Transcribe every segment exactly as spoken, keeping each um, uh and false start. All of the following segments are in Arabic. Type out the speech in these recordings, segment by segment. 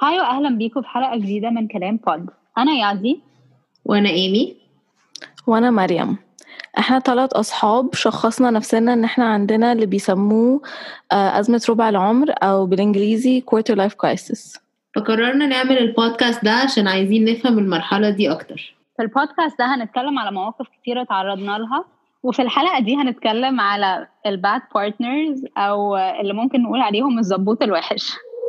هاي واهلا بيكم في حلقه جديده من كلام بود. انا يازي وانا ايمي وانا مريم. احنا ثلاث اصحاب شخصنا نفسنا ان احنا عندنا اللي بيسموه ازمه ربع العمر او بالانجليزي quarter life crisis. فقررنا نعمل البودكاست ده عشان عايزين نفهم المرحله دي اكتر. في البودكاست ده هنتكلم على مواقف كتيره تعرضنا لها، وفي الحلقه دي هنتكلم على الباد بارتنرز او اللي ممكن نقول عليهم الزبوط الوحش.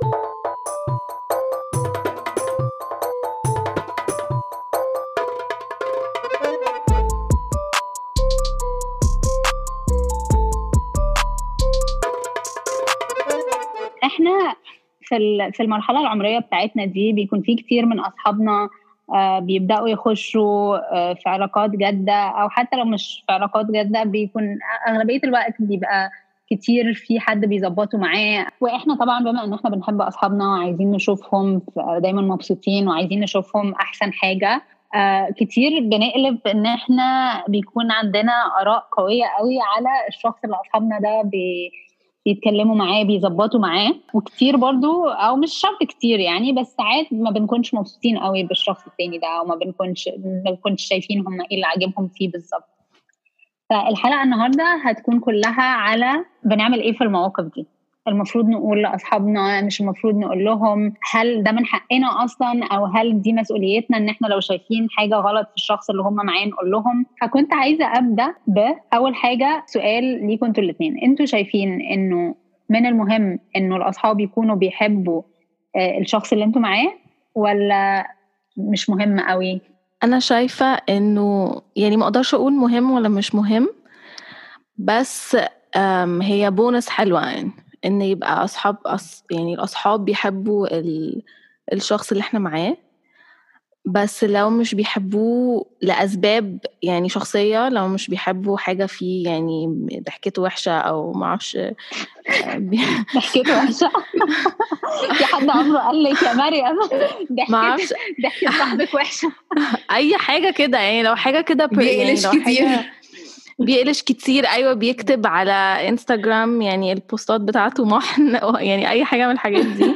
احنا في في المرحله العمريه بتاعتنا دي بيكون في كتير من اصحابنا بيبداوا يخشوا في علاقات جاده، او حتى لو مش في علاقات جاده بيكون اغلبيه الوقت بيبقى كتير في حد بيظبطوا معاه. واحنا طبعا بما ان احنا بنحب اصحابنا وعايزين نشوفهم دايما مبسوطين وعايزين نشوفهم احسن حاجه، كتير بنقلب ان احنا بيكون عندنا اراء قويه قوي على الشخص اللي اصحابنا ده بي بيتكلموا معاه بيظبطوا معاه. وكتير برضو او مش شرط كتير يعني، بس ساعات ما بنكونش مبسوطين قوي بالشخص التاني ده، او ما بنكونش ما بنكونش شايفين هم ايه اللي عاجبهم فيه بالظبط. فالحلقه النهارده هتكون كلها على بنعمل ايه في المواقف دي. المفروض نقول لاصحابنا، مش المفروض نقول لهم، هل ده من حقنا اصلا او هل دي مسؤوليتنا ان احنا لو شايفين حاجه غلط في الشخص اللي هم معاه نقول لهم. فكنت عايزه ابدا باول حاجه سؤال ليكم انتوا الاثنين. انتوا شايفين انه من المهم انه الاصحاب يكونوا بيحبوا الشخص اللي انتوا معاه ولا مش مهم قوي؟ انا شايفه انه يعني ما اقدرش اقول مهم ولا مش مهم، بس هي بونس حلوه يعني ان يبقى اصحاب أص... يعني الاصحاب بيحبوا ال... الشخص اللي احنا معاه. بس لو مش بيحبوه لأسباب يعني شخصية، لو مش بيحبوا حاجة فيه يعني ضحكته وحشة أو معرفش ضحكته وحشة في حد عمره قال لك يا مريم ضحكت ضحكت صاحبك وحشة؟ أي حاجة كده يعني، لو حاجة كده بيقلش يعني كتير بيقلش كتير أيوة، بيكتب على انستغرام يعني البوستات بتاعته محن يعني أي حاجة من الحاجات دي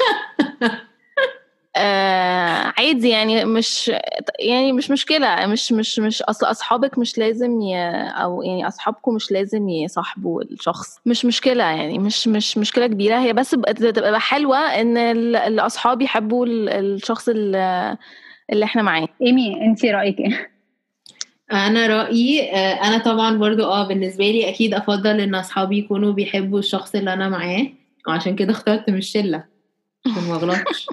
آه عادي يعني، مش يعني مش مشكلة، مش مش مش أصل أصحابك مش لازم ي أو يعني أصحابكم مش لازم يصاحبوا الشخص، مش مشكلة يعني، مش مش مشكلة كبيرة هي، بس تبقى حلوة إن الأصحاب يحبوا الشخص اللي إحنا معاه. إيمي أنتي رأيك إيه؟ أنا رأيي أنا طبعا برضو آه بالنسبة لي أكيد أفضل إن أصحابي يكونوا بيحبوا الشخص اللي أنا معاه، وعشان كده اخترت من الشلة عشان ما اغلطش.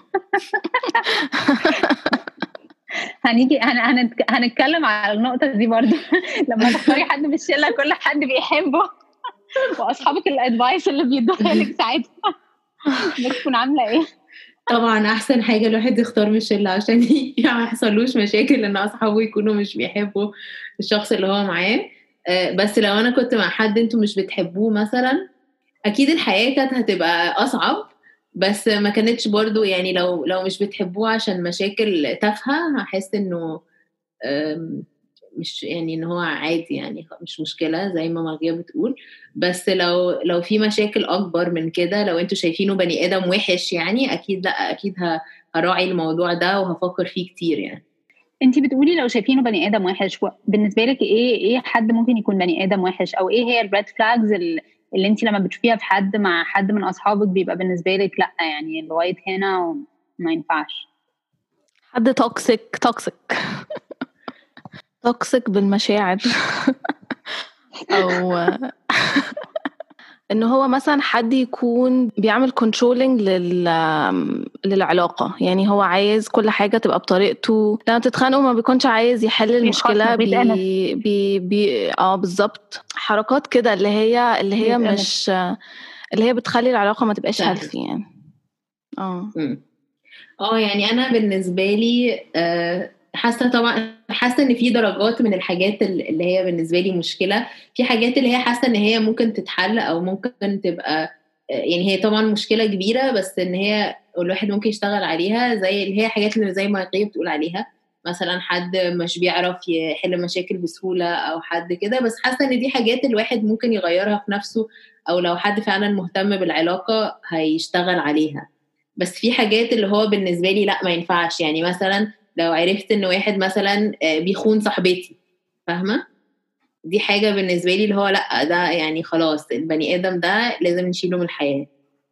هنيجي هن... هنتكلم على النقطة دي برضو لما تختاري حد من الشلة كل حد بيحبه واصحابك الادفايس اللي بيدوها لك ساعتها بتكون عاملة ايه؟ طبعا احسن حاجة الواحد يختار من الشلة عشان ما يحصلوش مشاكل ان اصحابه يكونوا مش بيحبوا الشخص اللي هو معاه. بس لو انا كنت مع حد انتوا مش بتحبوه مثلا، اكيد الحياة كانت هتبقى اصعب، بس ما كانتش برضو يعني لو لو مش بتحبوه عشان مشاكل تافهة هحس انه مش يعني ان هو عادي يعني مش مشكلة زي ما مرجية بتقول. بس لو لو في مشاكل اكبر من كده، لو انتوا شايفينه بني ادم وحش يعني، اكيد لا اكيد هراعي الموضوع ده وهفكر فيه كتير يعني. انتي بتقولي لو شايفينه بني ادم وحش، بالنسبة لك ايه ايه حد ممكن يكون بني ادم وحش، او ايه هي الريد فلاجز اللي, اللي انتي لما بتشوفيها في حد مع حد من اصحابك بيبقى بالنسبة لك لا يعني لغاية هنا وما ينفعش؟ حد توكسيك توكسيك توكسيك بالمشاعر او انه هو مثلا حد يكون بيعمل كنترولينج لل للعلاقه، يعني هو عايز كل حاجه تبقى بطريقته، لما تتخانقوا ما بيكونش عايز يحل المشكله بي بي, بي اه بالظبط، حركات كده اللي هي اللي هي مش اللي هي بتخلي العلاقه ما تبقاش هيلثي يعني. اه اه يعني انا بالنسبه لي آه حاسه طبعا حاسه ان في درجات من الحاجات اللي هي بالنسبه لي مشكله، في حاجات اللي هي حاسه ان هي ممكن تتحل او ممكن تبقى يعني هي طبعا مشكله كبيره بس ان هي الواحد ممكن يشتغل عليها، زي اللي هي حاجات اللي زي ما غيب بتقول عليها، مثلا حد مش بيعرف يحل مشاكل بسهوله او حد كده، بس حاسه ان دي حاجات الواحد ممكن يغيرها في نفسه، او لو حد فعلا مهتم بالعلاقه هيشتغل عليها. بس في حاجات اللي هو بالنسبة لي لا ما ينفعش. يعني مثلا لو عرفت ان واحد مثلا بيخون صاحبتي، فاهمة؟ دي حاجة بالنسبة لي اللي هو لا، ده يعني خلاص البني آدم ده لازم نشيله من الحياة.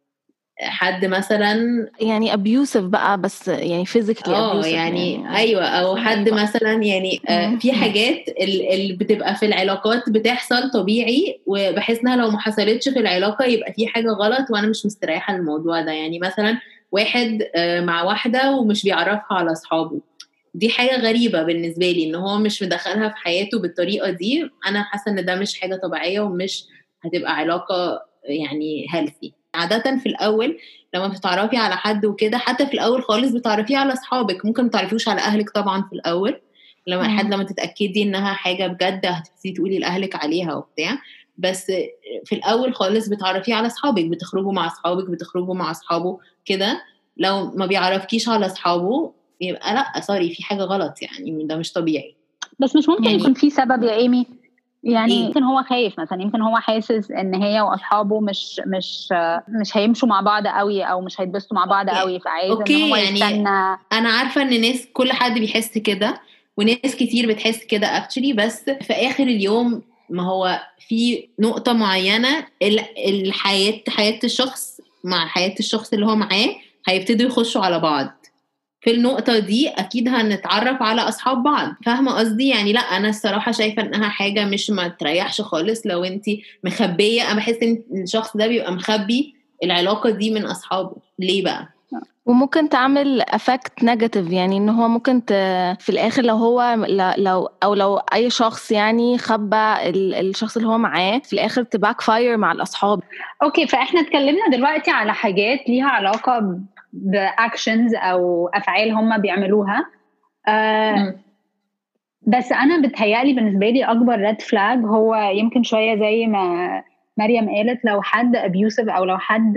حد مثلا يعني abusive بقى، بس يعني physically اه abusive يعني, يعني ايوه، او حد مثلا يعني آه في مم. حاجات اللي بتبقى في العلاقات بتحصل طبيعي، وبحس انها لو ما حصلتش في العلاقة يبقى في حاجة غلط وانا مش مستريحة للموضوع ده. يعني مثلا واحد آه مع واحدة ومش بيعرفها على اصحابه، دي حاجة غريبة بالنسبة لي، ان هو مش مدخلها في حياته بالطريقة دي. انا حاسة ان ده مش حاجة طبيعية ومش هتبقى علاقة يعني healthy. عادة في الأول لما بتتعرفي على حد وكده، حتى في الأول خالص بتعرفيه على أصحابك، ممكن ما تعرفيوش على أهلك طبعا في الأول. لما مم. حد لما تتأكدي إنها حاجة بجد هتبتدي تقولي لأهلك عليها وبتاع. بس في الأول خالص بتعرفيه على أصحابك، بتخرجوا مع أصحابك، بتخرجوا مع أصحابه كده. لو ما بيعرفكيش على أصحابه يبقى لأ سوري، في حاجة غلط، يعني ده مش طبيعي. بس مش ممكن يعني يكون في سبب يا إيمي؟ يعني إيه؟ يمكن هو خايف مثلا، يمكن هو حاسس ان هي واصحابه مش مش مش هيمشوا مع بعض قوي او مش هيتبسطوا مع بعض أوكي. قوي، فعايز ان أوكي هو يعني يستنى. انا عارفه ان ناس، كل حد بيحس كده وناس كتير بتحس كده اكتشلي، بس في اخر اليوم ما هو في نقطه معينه الحياه حياه الشخص مع حياه الشخص اللي هو معاه هيبتدوا يخشوا على بعض. في النقطه دي اكيد هنتعرف على اصحاب بعض، فاهمه قصدي؟ يعني لا انا الصراحه شايفه انها حاجه مش ما تريحش خالص لو انت مخبيه. انا بحس ان الشخص ده بيبقى مخبي العلاقه دي من اصحابه. ليه بقى؟ وممكن تعمل افكت نيجاتيف، يعني ان هو ممكن ت... في الاخر لو هو لو او لو اي شخص يعني خبى الشخص اللي هو معاه، في الاخر تباك فاير مع الاصحاب. اوكي، فاحنا اتكلمنا دلوقتي على حاجات ليها علاقه باكشنز او افعال هم بيعملوها. آه بس انا بتهيألي بالنسبه لي اكبر ريد فلاج هو يمكن شويه زي ما مريم قالت، لو حد ابيوسيف او لو حد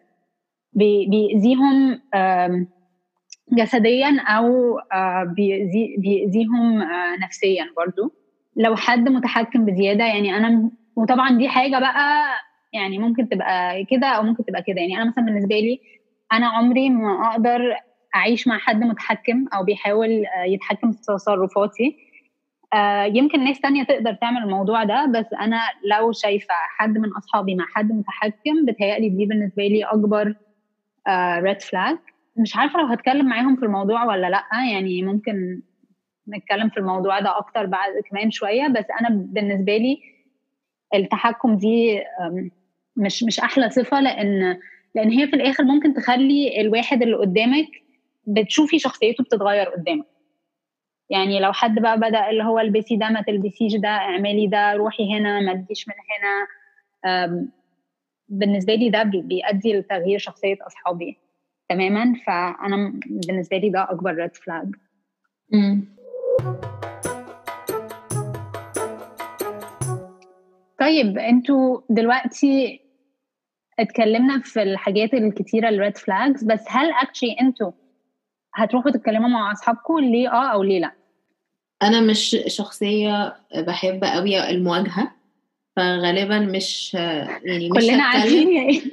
بيأذيهم جسديا او بيأذي بيأذيهم نفسيا برضو. لو حد متحكم بزياده، يعني انا، وطبعا دي حاجه بقى يعني ممكن تبقى كده او ممكن تبقى كده. يعني انا مثلا بالنسبه لي انا عمري ما اقدر اعيش مع حد متحكم او بيحاول يتحكم في تصرفاتي. يمكن ناس تانية تقدر تعمل الموضوع ده، بس انا لو شايفه حد من اصحابي مع حد متحكم بتهيألي دي بالنسبه لي اكبر ريد فلاج. مش عارفه لو هتكلم معاهم في الموضوع ولا لا، يعني ممكن نتكلم في الموضوع ده اكتر بعد كمان شويه. بس انا بالنسبه لي التحكم دي مش مش احلى صفه، لان لان هي في الاخر ممكن تخلي الواحد اللي قدامك بتشوفي شخصيته بتتغير قدامك. يعني لو حد بقى بدأ اللي هو البسي ده ما تلبسيش ده، اعملي ده، روحي هنا ما تجيش من هنا، بالنسبه لي ده بيؤدي لتغيير شخصيه اصحابي تماما. فانا بالنسبه لي ده اكبر ريد فلاج. طيب انتوا دلوقتي اتكلمنا في الحاجات الكتيره الريد فلاجز، بس هل اكشلي انتوا هتروحوا تتكلموا مع اصحابكم ليه اه او ليه لا؟ انا مش شخصيه بحب قوي المواجهه، فغالبا مش يعني مش كلنا عارفين هتكلم. ايه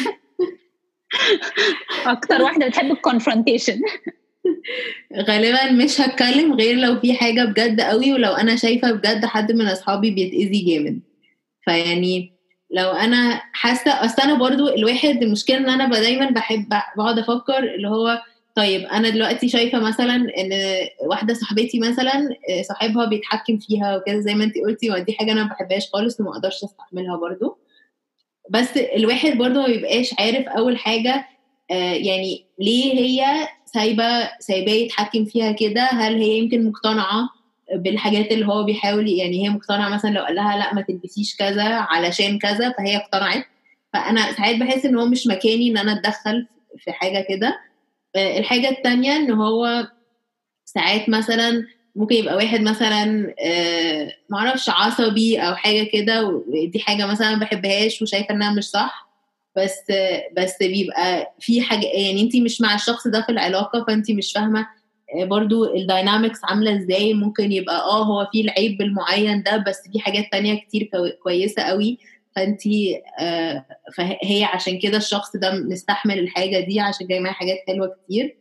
اكتر واحده بتحب الكونفرونتيشن. غالبا مش هتكلم غير لو في حاجه بجد قوي، ولو انا شايفه بجد حد من اصحابي بيتاذي جامد. فيعني لو انا حاسه، اصل انا برضو الواحد المشكله ان انا دايما بحب بقعد افكر اللي هو طيب انا دلوقتي شايفه مثلا ان واحده صاحبتي مثلا صاحبها بيتحكم فيها وكده زي ما انت قلتي، ودي حاجه انا ما بحبهاش خالص وما اقدرش استحملها برضو. بس الواحد برضو ما بيبقاش عارف اول حاجه آه يعني ليه هي سايبه سايباه يتحكم فيها كده. هل هي يمكن مقتنعه بالحاجات اللي هو بيحاول، يعني هي مقتنعه مثلا لو قال لها لا ما تلبسيش كذا علشان كذا فهي اقتنعت. فانا ساعات بحس ان هو مش مكاني ان انا اتدخل في حاجه كده. آه الحاجه التانية ان هو ساعات مثلا ممكن يبقى واحد مثلا آه معرفش عصبي او حاجه كده، ودي حاجه مثلا ما بحبهاش وشايفه انها مش صح، بس بس بيبقى في حاجه يعني انت مش مع الشخص ده في العلاقه، فانت مش فاهمه برضو الداينامكس عامله ازاي. ممكن يبقى اه هو في العيب المعين ده، بس في حاجات تانية كتير كويسه قوي فانتي آه فهي عشان كده الشخص ده مستحمل الحاجة دي عشان جاي معاه حاجات حلوة كتير.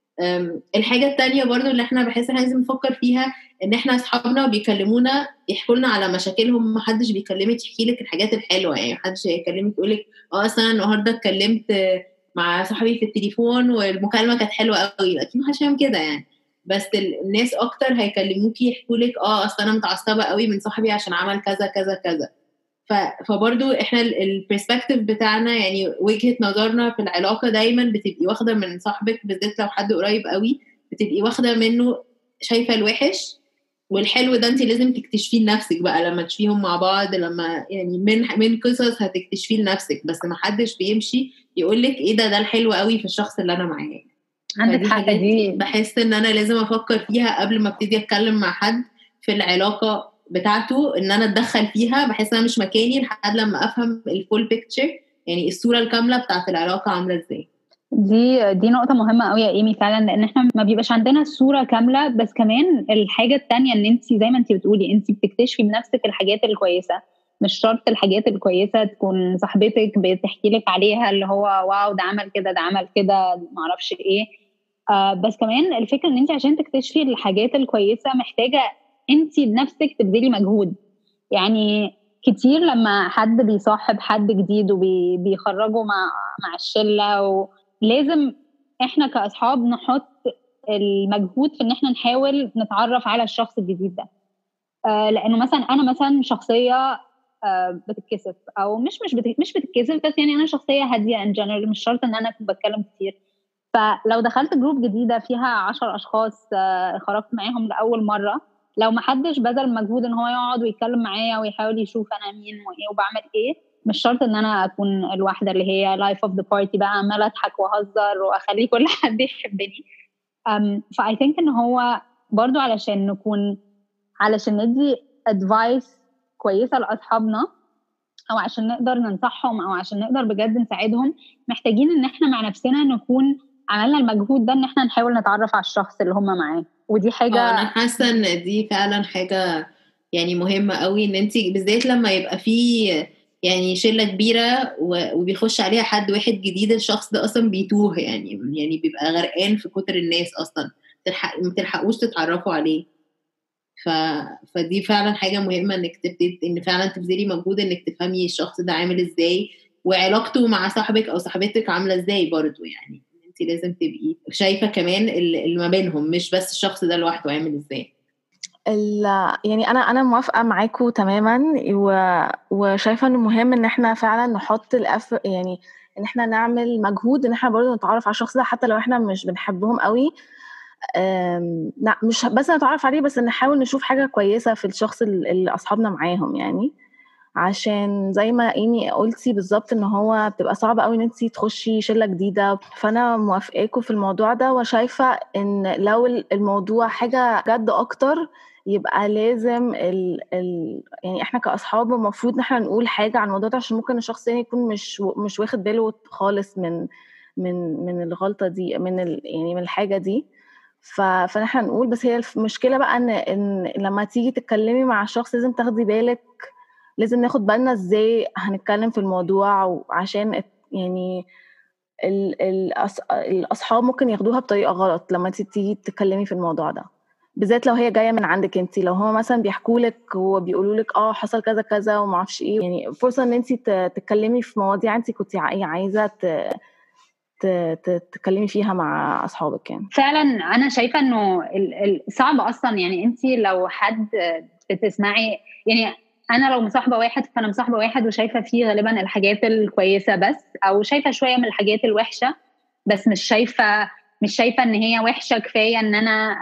الحاجة التانية برضو اللي احنا بحس احنا لازم نفكر فيها ان احنا اصحابنا بيكلمونا يحكوا لنا على مشاكلهم، محدش بيكلمك يحكي لك الحاجات الحلوة، يعني محدش يكلمك يقولك اه اصلا النهارده اتكلمت مع صاحبي في التليفون والمكالمة كانت حلوة قوي، اكيد محدش يعمل كده يعني. بس الناس اكتر هيكلموكي يحكوا لك اه اصلا انا متعصبة قوي من صاحبي عشان عمل كذا كذا كذا. فبرضو احنا البرسبكتيف بتاعنا يعني وجهة نظرنا في العلاقة دايما بتبقي واخدة من صاحبك، بالذات لو حد قريب قوي بتبقي واخدة منه شايفة الوحش والحلو ده انت لازم تكتشفيه لنفسك بقى لما تشوفيهم مع بعض، لما يعني من من قصص هتكتشفيه لنفسك، بس ما حدش بيمشي يقولك ايه ده ده الحلو قوي في الشخص اللي انا معاه. عندك حق، دي بحس ان انا لازم افكر فيها قبل ما ابتدي اتكلم مع حد في العلاقة بتاعته، ان انا اتدخل فيها. بحس انا مش مكاني لحد لما افهم الفول بيكتشر، يعني الصورة الكاملة بتاعت العلاقة عاملة ازاي. دي دي نقطة مهمة قوي يا ايمي فعلا، لان احنا ما بيبقاش عندنا الصورة كاملة. بس كمان الحاجة التانية ان انت زي ما انت بتقولي انت بتكتشفي بنفسك الحاجات الكويسة، مش شرط الحاجات الكويسة تكون صاحبتك بتحكي لك عليها اللي هو واو ده عمل كده ده عمل كده معرفش ايه. آه بس كمان الفكرة ان انت عشان تكتشفي الحاجات الكويسة محتاجة انت بنفسك تبذلي مجهود. يعني كتير لما حد بيصاحب حد جديد وبيخرجوا مع مع الشلة، ولازم احنا كأصحاب نحط المجهود في ان احنا نحاول نتعرف على الشخص الجديد ده. آه لانه مثلا انا مثلا شخصية آه بتتكسف، او مش مش بت- مش بتتكسف، بس يعني انا شخصية هادية ان جنرال، مش شرط ان انا بتكلم كتير. فلو دخلت جروب جديدة فيها عشر أشخاص آه، خرجت معاهم لأول مرة، لو ما حدش بذل مجهود إن هو يقعد ويتكلم معايا ويحاول يشوف أنا مين وإيه وبعمل إيه، مش شرط إن أنا أكون الواحدة اللي هي لايف اوف ذا بارتي بقى عمالة أضحك وأهزر وأخلي كل حد يحبني. فاي ثينك إن هو برضو علشان نكون علشان ندي ادفايس كويسة لأصحابنا، أو عشان نقدر ننصحهم، أو عشان نقدر بجد نساعدهم، محتاجين إن إحنا مع نفسنا نكون عملنا المجهود ده ان احنا نحاول نتعرف على الشخص اللي هم معاه. ودي حاجة انا حاسة ان دي فعلا حاجة يعني مهمة قوي، ان انتي بالذات لما يبقى فيه يعني شلة كبيرة وبيخش عليها حد واحد جديد، الشخص ده اصلا بيتوه، يعني يعني بيبقى غرقان في كتر الناس اصلا، تلحق ما تلحقوش تتعرفوا عليه. ف... فدي فعلا حاجة مهمة انك تبتدي ان فعلا تبذلي مجهود انك تفهمي الشخص ده عامل ازاي، وعلاقته مع صاحبك او صاحبتك عاملة ازاي برضو. يعني انت لازم تبقي شايفة كمان اللي ما بينهم، مش بس الشخص ده لوحده عامل ازاي. يعني انا انا موافقه معاكم تماما، وشايفه انه مهم ان احنا فعلا نحط الأف يعني ان احنا نعمل مجهود ان احنا برضو نتعرف على الشخص ده، حتى لو احنا مش بنحبهم قوي. لا مش بس نتعرف عليه، بس نحاول نشوف حاجه كويسه في الشخص اللي اصحابنا معاهم، يعني عشان زي ما ايمي قلتي بالظبط ان هو بتبقى صعب قوي ان انت تخشي شله جديده. فانا موافقاكم في الموضوع ده، وشايفه ان لو الموضوع حاجه جد اكتر يبقى لازم ال ال يعني احنا كاصحاب المفروض ان احنا نقول حاجه عن الموضوع ده، عشان ممكن الشخص الثاني يكون مش مش واخد باله خالص من من من الغلطه دي، من ال يعني من الحاجه دي. فنحن نقول. بس هي المشكله بقى ان ان لما تيجي تتكلمي مع الشخص لازم تاخدي بالك، لازم ناخد بالنا ازاي هنتكلم في الموضوع، عشان يعني ال ال الاصحاب ممكن ياخدوها بطريقه غلط لما تيجي تتكلمي في الموضوع ده، بالذات لو هي جايه من عندك انت. لو هو مثلا بيحكوا لك وبيقولوا لك اه حصل كذا كذا وما اعرفش ايه، يعني فرصه ان انت تتكلمي في مواضيع انت كنت عايزه تتكلمي فيها مع اصحابك. يعني فعلا انا شايفه انه صعب اصلا، يعني انت لو حد بتسمعي، يعني انا لو مصاحبه واحد فانا مصاحبه واحد وشايفه فيه غالبا الحاجات الكويسه بس، او شايفه شويه من الحاجات الوحشه بس مش شايفه مش شايفه ان هي وحشه كفايه ان انا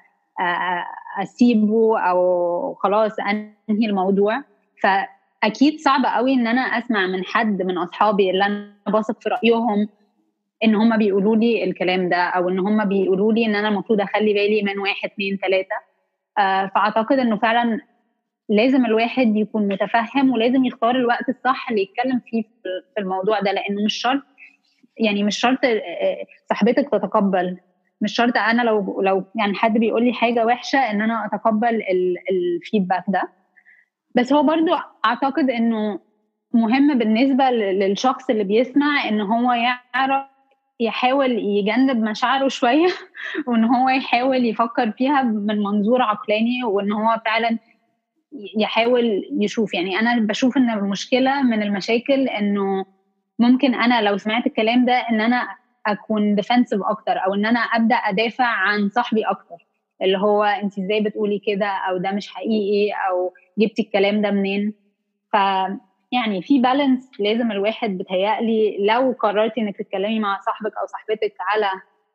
اسيبه او خلاص انهي الموضوع. فاكيد صعب قوي ان انا اسمع من حد من اصحابي اللي انا بثق في رايهم ان هم بيقولوا لي الكلام ده، او ان هم بيقولوا لي ان انا المفروض اخلي بالي من واحد اتنين تلاتة. آه فاعتقد انه فعلا لازم الواحد يكون متفهم، ولازم يختار الوقت الصح اللي يتكلم فيه في الموضوع ده، لانه مش شرط يعني مش شرط صاحبتك تتقبل، مش شرط انا لو لو يعني حد بيقول لي حاجه وحشه ان انا اتقبل الفيدباك ده. بس هو برضو اعتقد انه مهم بالنسبة للشخص اللي بيسمع ان هو يعرف يحاول يجنب مشاعره شوية وان هو يحاول يفكر فيها من منظور عقلاني، وان هو فعلا يحاول يشوف. يعني انا بشوف ان المشكلة من المشاكل انه ممكن انا لو سمعت الكلام ده ان انا اكون ديفنسيف اكتر، او ان انا ابدا ادافع عن صاحبي اكتر، اللي هو انت ازاي بتقولي كده، او ده مش حقيقي، او جبتي الكلام ده منين. ف يعني في بالانس لازم الواحد بتهيألي لو قررتي انك تتكلمي مع صاحبك او صاحبتك على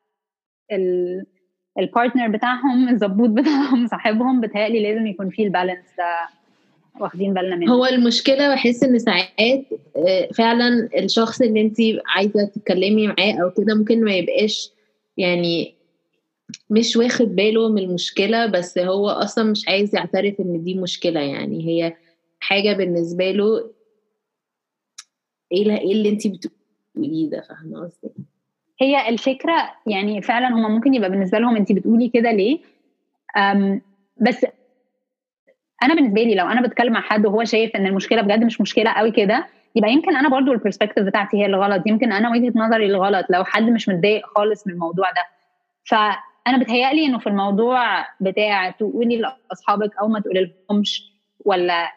البارتنر بتاعهم، الزبوط بتاعهم، صاحبهم، بتهيألي لازم يكون فيه البالانس ده واخدين بالنا منه. هو المشكلة بحس ان ساعات فعلا الشخص اللي انت عايزة تتكلمي معاه او كده ممكن ما يبقاش يعني مش واخد باله من المشكلة، بس هو اصلا مش عايز يعترف ان دي مشكلة. يعني هي حاجة بالنسبة له ايه ايه اللي انت بتقوليه ده، فاهمة قصدي؟ هي الفكرة يعني فعلا هما ممكن يبقى بالنسبة لهم انت بتقولي كده ليه. أم بس انا بالنسبه لي لو انا بتكلم مع حد وهو شايف ان المشكله بجد مش مشكله قوي كده، يبقى يمكن انا برضو البرسبكتيف بتاعتي هي اللي غلط، يمكن انا وجهه نظري الغلط لو حد مش متضايق خالص من الموضوع ده. فانا بتهيألي انه في الموضوع بتاع تقولي لاصحابك او ما تقولي لهمش، ولا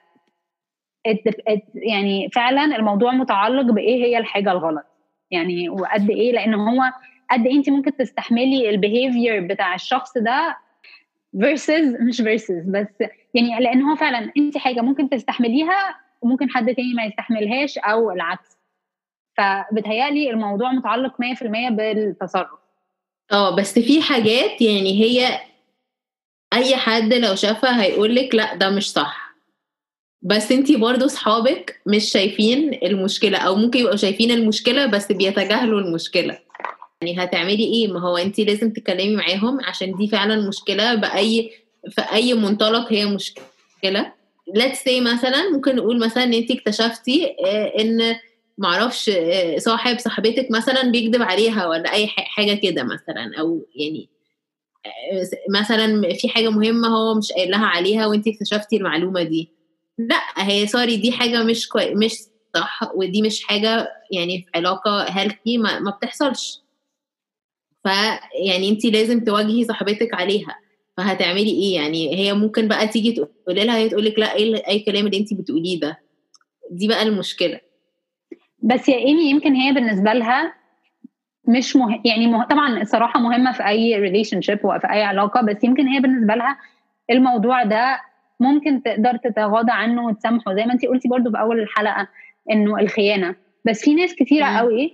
يعني فعلا الموضوع متعلق بايه هي الحاجه الغلط، يعني وقد ايه، لان هو قد ايه انت ممكن تستحملي البيهيفير بتاع الشخص ده versus مش versus بس، يعني لان هو فعلا انت حاجه ممكن تستحمليها وممكن حد تاني ما يستحملهاش او العكس. فبتهيألي الموضوع متعلق مية في المية بالتصرف. اه بس في حاجات يعني هي اي حد لو شافها هيقولك لا ده مش صح، بس انتي برضو صحابك مش شايفين المشكلة، او ممكن يبقوا شايفين المشكلة بس بيتجاهلوا المشكلة. يعني هتعملي ايه؟ ما هو انتي لازم تتكلمي معاهم عشان دي فعلا مشكلة بأي في اي منطلق هي مشكلة. let's say مثلا ممكن نقول مثلا ان انتي اكتشفتي ان معرفش صاحب صاحبتك مثلا بيكذب عليها ولا اي حاجة كده مثلا، او يعني مثلا في حاجة مهمة هو مش قايل لها عليها وانتي اكتشفتي المعلومة دي. لا هي سوري دي حاجة مش كوي... مش صح، ودي مش حاجة يعني في علاقة هيلثي ما... ما بتحصلش. فيعني انتي لازم تواجهي صاحبتك عليها. فهتعملي ايه؟ يعني هي ممكن بقى تيجي تقولي لها، هي تقولك لا ايه اي كلام اللي انتي بتقوليه ده. دي بقى المشكلة. بس يا ايمي يمكن هي بالنسبة لها مش مهم، يعني مه... طبعا الصراحة مهمة في اي ريليشن شيب وفي اي علاقة، بس يمكن هي بالنسبة لها الموضوع ده ممكن تقدر تتغاضى عنه وتسامحه، زي ما انتي قلتي برضو في اول الحلقة انه الخيانة. بس في ناس كتيرة مم. قوي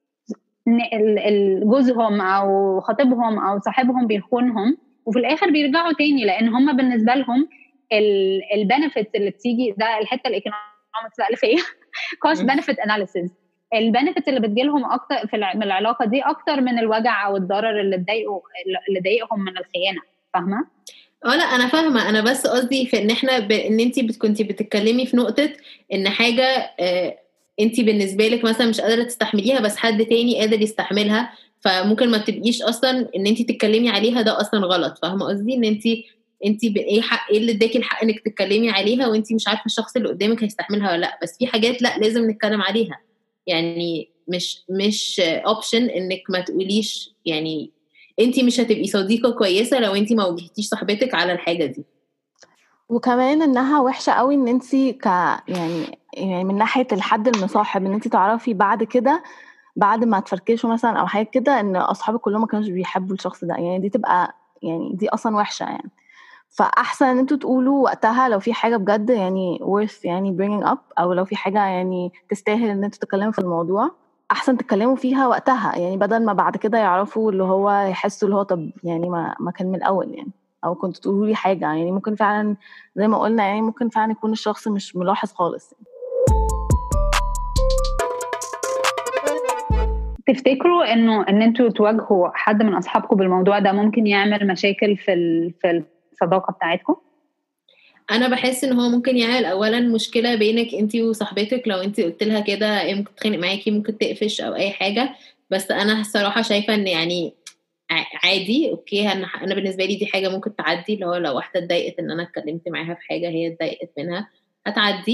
جوزهم او خطيبهم او صاحبهم بيخونهم وفي الاخر بيرجعوا تاني، لان هم بالنسبه لهم البنفيتس اللي بتيجي ده الحته الايكونومكس بقى اللي فيها كوست بنفيت اناليسيز، البنفيتس اللي بتجيلهم اكتر في من العلاقه دي اكتر من الوجع او الضرر اللي ضايقوا اللي ضايقهم من الخيانه. فاهمه؟ اه لا انا فاهمه، انا بس قصدي في ان احنا ب... ان انتي كنتي بتتكلمي في نقطه ان حاجه آه انتي بالنسبه لك مثلا مش قادره تستحمليها بس حد تاني قادر يستحملها، فممكن ما تبقيش اصلا ان انتي تتكلمي عليها ده اصلا غلط. فاهمه قصدي؟ ان انتي انتي بايه حق، ايه اللي اداكي الحق انك تتكلمي عليها وانتي مش عارفه الشخص اللي قدامك هيستحملها ولا لا. بس في حاجات لا لازم نتكلم عليها، يعني مش مش اوبشن انك ما تقوليش. يعني انتي مش هتبقي صديقة كويسة لو انتي ما واجهتيش صاحبتك على الحاجة دي. وكمان انها وحشة قوي ان انتي ك يعني يعني من ناحية الحد المصاحب ان انتي تعرفي بعد كده بعد ما تفركشوا مثلا او حاجة كده ان اصحابك كلهم ما كانوش بيحبوا الشخص ده. يعني دي تبقى يعني دي اصلا وحشة يعني. فاحسن ان انتوا تقولوا وقتها لو في حاجة بجد يعني worth يعني bringing up، او لو في حاجة يعني تستاهل ان انتوا تتكلموا في الموضوع، احسن تتكلموا فيها وقتها، يعني بدل ما بعد كده يعرفوا اللي هو يحسوا اللي هو طب يعني ما ما كان من الاول يعني، او كنت تقولوا لي حاجة. يعني ممكن فعلا زي ما قلنا يعني ممكن فعلا يكون الشخص مش ملاحظ خالص. تفتكروا انه ان انتوا تواجهوا حد من اصحابكم بالموضوع ده ممكن يعمل مشاكل في في الصداقة بتاعتكم؟ انا بحس ان هو ممكن يعمل اولا مشكلة بينك انتي وصاحبتك، لو انتي قلت لها كده ممكن تتخانق معاكي، ممكن تقفش او اي حاجة. بس انا الصراحة شايفة ان يعني عادي اوكي. انا بالنسبة لي دي حاجة ممكن تعدي، اللي هو لو واحدة اتضايقت ان انا اتكلمت معاها في حاجة هي اتضايقت منها هتعدي.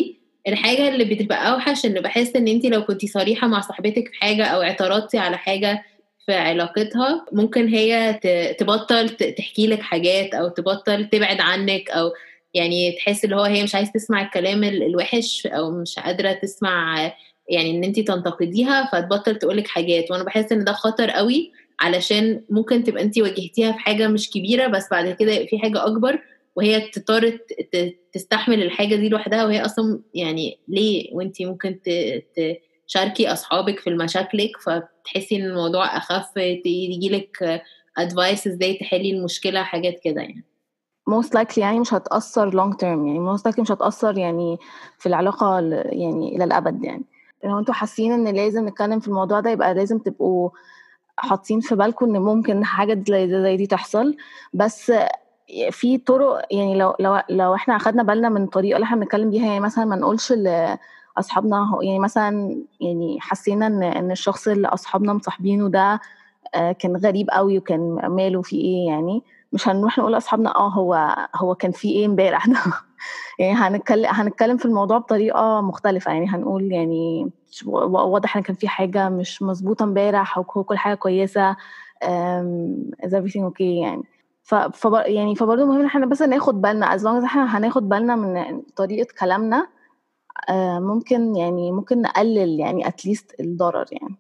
الحاجة اللي بتبقى أوحش إنه بحس إن أنتي لو كنتي صريحة مع صاحبتك في حاجة أو اعترضتي على حاجة في علاقتها ممكن هي تبطل تحكي لك حاجات أو تبطل تبعد عنك، أو يعني تحس اللي هو هي مش عايز تسمع الكلام الوحش أو مش قادرة تسمع يعني إن أنتي تنتقديها فتبطل تقولك حاجات. وأنا بحس إن ده خطر قوي، علشان ممكن تبقى أنتي واجهتيها في حاجة مش كبيرة بس بعد كده في حاجة أكبر وهي تضطر تستحمل الحاجة دي لوحدها، وهي أصلا يعني ليه وانتي ممكن تشاركي أصحابك في المشاكلك فتحسي إن الموضوع أخف، يجيلك advice ازاي تحلي المشكلة، حاجات كده يعني. most likely يعني مش هتأثر long term، يعني most likely مش هتأثر يعني في العلاقة يعني إلى الأبد. يعني لو انتوا حاسين إن لازم نتكلم في الموضوع ده يبقى لازم تبقوا حاطين في بالكم إن ممكن حاجة زي دي تحصل، بس في طرق يعني لو لو لو احنا اخدنا بالنا من الطريقه اللي احنا بنتكلم بيها، يعني مثلا ما نقولش لاصحابنا يعني مثلا يعني حسينا ان ان الشخص اللي اصحابنا مصاحبينه ده كان غريب قوي وكان ماله في ايه، يعني مش هنروح نقول لاصحابنا اه هو هو كان في ايه امبارح ده يعني هنتكلم هنتكلم في الموضوع بطريقه مختلفه، يعني هنقول يعني واضح ان كان في حاجه مش مظبوطه امبارح وكل حاجه كويسه is everything okay يعني. ف يعني فبرضه مهم ان احنا بس ناخد بالنا as long as احنا هناخد بالنا من طريقه كلامنا ممكن يعني ممكن نقلل يعني at least الضرر يعني.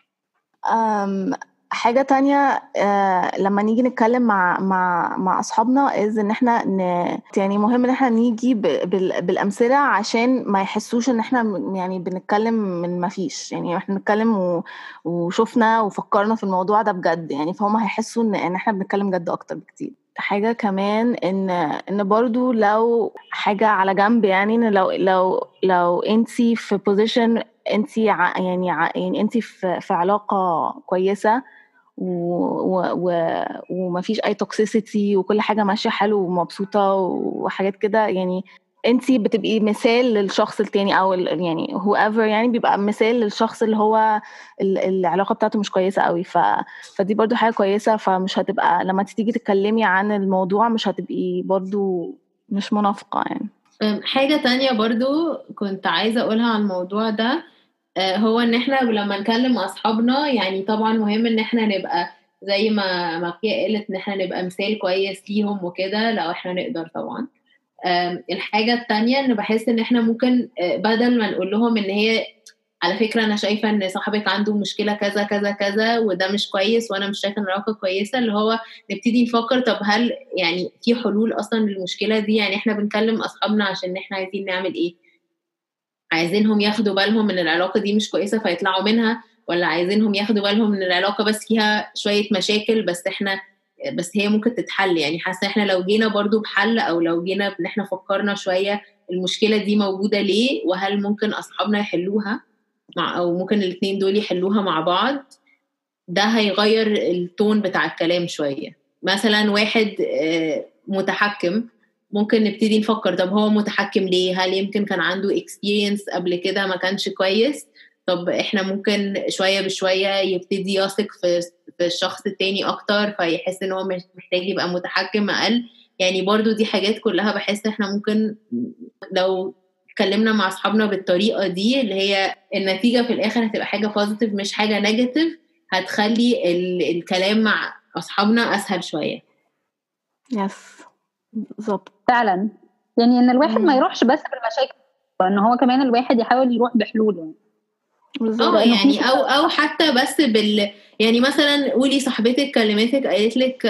حاجة تانية لما نيجي نتكلم مع مع مع أصحابنا إذ إن إحنا ن... يعني مهم إن إحنا نيجي ب... بال... بالأمثلة عشان ما يحسوش إن إحنا يعني بنتكلم من ما فيش، يعني إحنا بنتكلم و... وشوفنا وفكرنا في الموضوع ده بجد، يعني فهم هيحسوا إن إن إحنا بنتكلم جد أكتر بكتير. حاجة كمان إن إن برضو لو حاجة على جنب، يعني إن لو لو لو أنتي في position أنتي ع... يعني ع... يعني أنتي في في علاقة كويسة و... و... ومفيش اي توكسيسيتي وكل حاجه ماشيه حلو ومبسوطه وحاجات كده، يعني انتي بتبقي مثال للشخص التاني او يعني whoever، يعني بيبقى مثال للشخص اللي هو العلاقه بتاعته مش كويسه قوي. ف... فدي برضو حاجه كويسه، فمش هتبقى لما تيجي تتكلمي عن الموضوع مش هتبقي برضو مش منافقه يعني. حاجه تانية برضو كنت عايزه اقولها عن الموضوع ده هو ان احنا لما نكلم اصحابنا يعني طبعا مهم ان احنا نبقى زي ما ما فيها قالت ان احنا نبقى مثال كويس ليهم وكده لو احنا نقدر طبعا. الحاجة التانية ان بحس ان احنا ممكن بدل ما نقول لهم ان هي على فكرة انا شايفة ان صاحبك عنده مشكلة كذا كذا كذا وده مش كويس وانا مش شايفة ان العلاقة كويسة، اللي هو نبتدي نفكر طب هل يعني في حلول اصلا للمشكلة دي؟ يعني احنا بنكلم اصحابنا عشان احنا عايزين نعمل ايه؟ عايزينهم ياخدوا بالهم ان العلاقة دي مش كويسة فيطلعوا منها، ولا عايزينهم ياخدوا بالهم ان العلاقة بس فيها شوية مشاكل بس احنا بس هي ممكن تتحل؟ يعني حاسة احنا لو جينا برضو بحل او لو جينا ان احنا فكرنا شوية المشكلة دي موجودة ليه وهل ممكن اصحابنا يحلوها مع او ممكن الاثنين دول يحلوها مع بعض، ده هيغير التون بتاع الكلام شوية. مثلا واحد متحكم ممكن نبتدي نفكر طب هو متحكم ليه؟ هل يمكن كان عنده experience قبل كده ما كانش كويس؟ طب احنا ممكن شوية بشوية يبتدي يثق في, في الشخص التاني اكتر فيحس ان هو محتاج يبقى متحكم اقل. يعني برضو دي حاجات كلها بحس احنا ممكن لو اتكلمنا مع اصحابنا بالطريقة دي اللي هي النتيجة في الاخر هتبقى حاجة positive مش حاجة negative، هتخلي ال- الكلام مع اصحابنا اسهل شوية. يس بالظبط فعلا، يعني ان الواحد ما يروحش بس بالمشاكل، ان هو كمان الواحد يحاول يروح بحلول. اه يعني او او حتى بس بال يعني مثلا قولي صاحبتك كلمتك قالت لك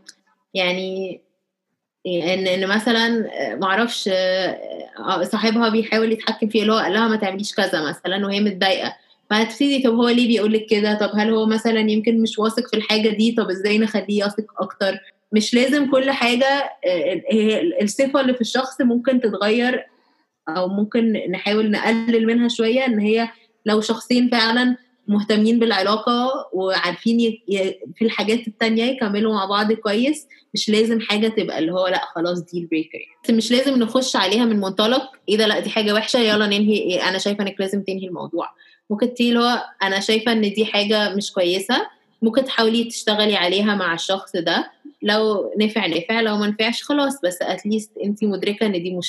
يعني ان ان مثلا معرفش صاحبها بيحاول يتحكم فيه اللي هو قال لها ما تعمليش كذا مثلا وهي متضايقه، فهتبتدي طب هو ليه بيقول لك كده؟ طب هل هو مثلا يمكن مش واثق في الحاجه دي؟ طب ازاي نخليه يثق اكتر؟ مش لازم كل حاجه الصفه اللي في الشخص ممكن تتغير او ممكن نحاول نقلل منها شويه، ان هي لو شخصين فعلا مهتمين بالعلاقه وعارفين ي... في الحاجات التانية يكملوا مع بعض كويس، مش لازم حاجه تبقى اللي هو لا خلاص ديل بريكر، مش لازم نخش عليها من منطلق ايه ده لا دي حاجه وحشه يلا ننهي إيه انا شايفه انك لازم تنهي الموضوع. ممكن تقولي هو انا شايفه ان دي حاجه مش كويسه، ممكن تحاولي تشتغلي عليها مع الشخص ده، لو نفع نفع لو ما نفعش خلاص، بس اتليست انتي مدركه ان دي مشكله.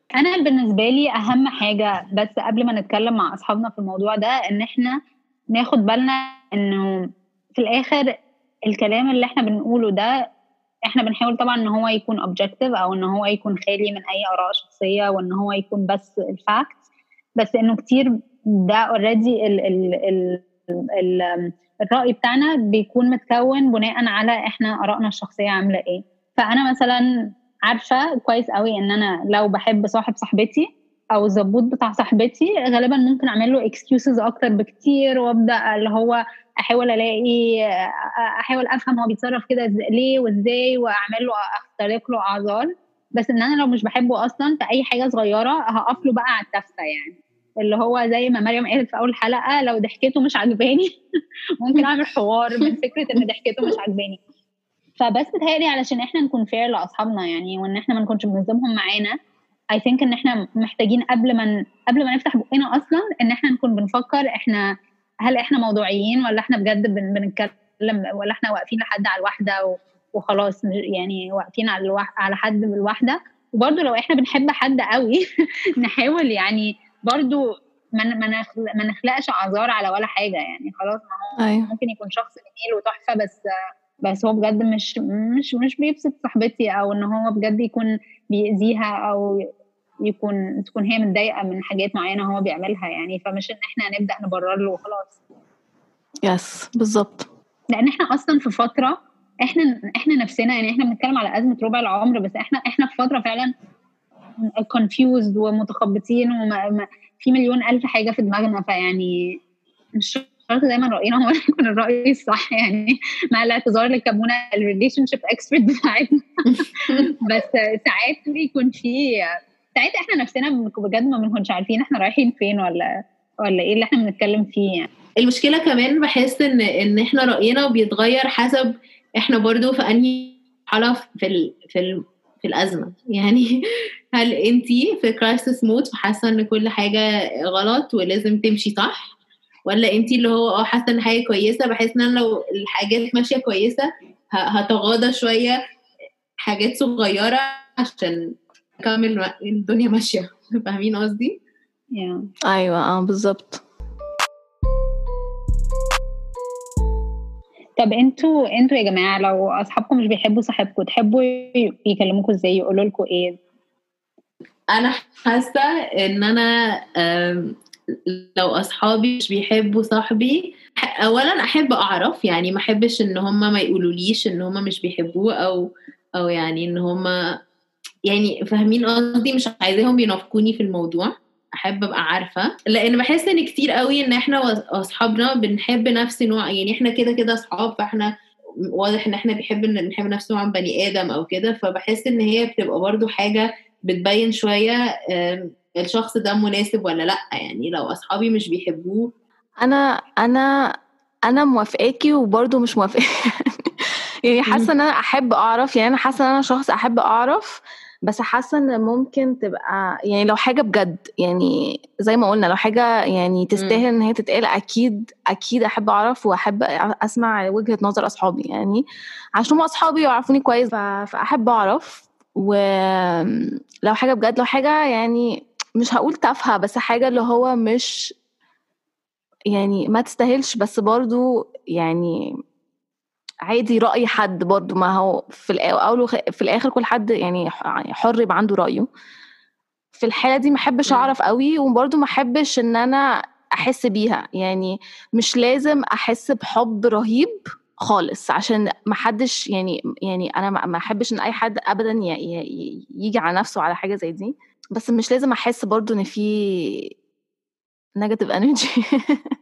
انا بالنسبه لي اهم حاجه بس قبل ما نتكلم مع اصحابنا في الموضوع ده ان احنا ناخد بالنا انه في الاخر الكلام اللي احنا بنقوله ده احنا بنحاول طبعا ان هو يكون objective او ان هو يكون خالي من اي اراء شخصيه وان هو يكون بس الفاكت، بس انه كتير ده اوريدي ال ال ال ال الرأي بتاعنا بيكون متكون بناء على احنا ارائنا الشخصيه عامله ايه. فانا مثلا عارفه كويس قوي ان انا لو بحب صاحب صاحبتي او الزبوط بتاع صاحبتي غالبا ممكن اعمل له excuses اكتر بكتير وابدا اللي هو احاول الاقي احاول افهم هو بيتصرف كده ليه وازاي واعمل له اخترق له اعذار. بس ان انا لو مش بحبه اصلا في اي حاجه صغيره هقف له بقى على التفه، يعني اللي هو زي ما مريم قالت في اول حلقه لو ضحكته مش عجباني ممكن اعمل حوار من فكره ان ضحكته مش عجباني. فبس بتهيألي علشان احنا نكون فير لاصحابنا يعني وان احنا ما نكونش بنظلمهم معانا I think ان احنا محتاجين قبل ما قبل ما نفتح بقنا اصلا ان احنا نكون بنفكر احنا هل احنا موضوعيين ولا احنا بجد بن بنتكلم ولا احنا واقفين لحد على الواحده وخلاص يعني واقفين على الواحد على حد بالواحده. وبرده لو احنا بنحب حد قوي نحاول يعني برده ما ما نخلقش اعذار على ولا حاجه يعني خلاص ما هو أيوه. ممكن يكون شخص جميل وتحفه بس بس هو بجد مش مش مش بيبسط صاحبتي او ان هو بجد يكون بيأذيها او يكون تكون هي متضايقه من حاجات معينه هو بيعملها يعني. فمش ان احنا نبدا نبرر له وخلاص. يس بالظبط. لان احنا اصلا في فتره احنا احنا نفسنا يعني احنا بنتكلم على ازمه ربع العمر بس احنا احنا في فتره فعلا confused ومتخبطين وفي مليون الف حاجه في دماغنا. فيعني مش شرط دايما راينا هو يكون الراي الصح يعني مع الاعتذار لكمونه الريليشن شيب اكسبرت بتاعتنا بس ساعات بيكون في ساعات احنا نفسنا بجد ما بنكونش عارفين احنا رايحين فين ولا ولا ايه اللي احنا بنتكلم فيه يعني. المشكله كمان بحس ان ان احنا راينا بيتغير حسب احنا برضو في انهي حاله في ال في ال في الازمه يعني. هل انتي في كرايسيس مود فحاسه ان كل حاجه غلط ولازم تمشي صح، ولا انتي اللي هو اه حاسه ان حاجه كويسه بحس ان لو الحاجات ماشيه كويسه هتغاضى شويه حاجات صغيره عشان اكمل الدنيا ماشيه. فاهمين قصدي؟ yeah. ايوه اه بالظبط. طب انتوا انتوا يا جماعه لو اصحابكم مش بيحبوا صاحبكم تحبوا يكلموكوا ازاي يقولوا لكم ايه؟ انا حاسه ان انا لو اصحابي مش بيحبوا صاحبي اولا احب اعرف يعني ما احبش ان هم ما يقولوليش ان هم مش بيحبوه او او يعني ان هم يعني فاهمين قصدي مش عايزاهم ينافقوني في الموضوع. احب ابقى عارفه لان بحس ان كتير قوي ان احنا واصحابنا بنحب نفس نوع يعني احنا كده كده اصحاب فاحنا واضح ان احنا بيحب ان نحب نفس نوع بني ادم او كده. فبحس ان هي بتبقى برضو حاجه بتبين شويه الشخص ده مناسب ولا لا يعني لو اصحابي مش بيحبوه. انا انا انا موافقاكي وبرضو مش موافقه يعني حاسه ان انا احب اعرف يعني انا حاسه ان انا شخص احب اعرف بس حاسه ان ممكن تبقى يعني لو حاجه بجد يعني زي ما قلنا لو حاجه يعني تستاهل ان هي تتقال اكيد اكيد احب اعرف واحب اسمع وجهه نظر اصحابي يعني عشان هم اصحابي يعرفوني كويس فاحب اعرف. ولو حاجه بجد لو حاجه يعني مش هقول تافهه بس حاجه اللي هو مش يعني ما تستاهلش بس برضو يعني عادي رأي حد برضو ما هو في الأول في الآخر كل حد يعني حر يبقى عنده رأيه. في الحالة دي ما احبش أعرف قوي وبرضو ما احبش إن أنا أحس بيها يعني مش لازم أحس بحب رهيب خالص عشان ما حدش يعني يعني أنا ما احبش إن أي حد أبدا يجي على نفسه على حاجة زي دي بس مش لازم أحس برضو إن في negative energy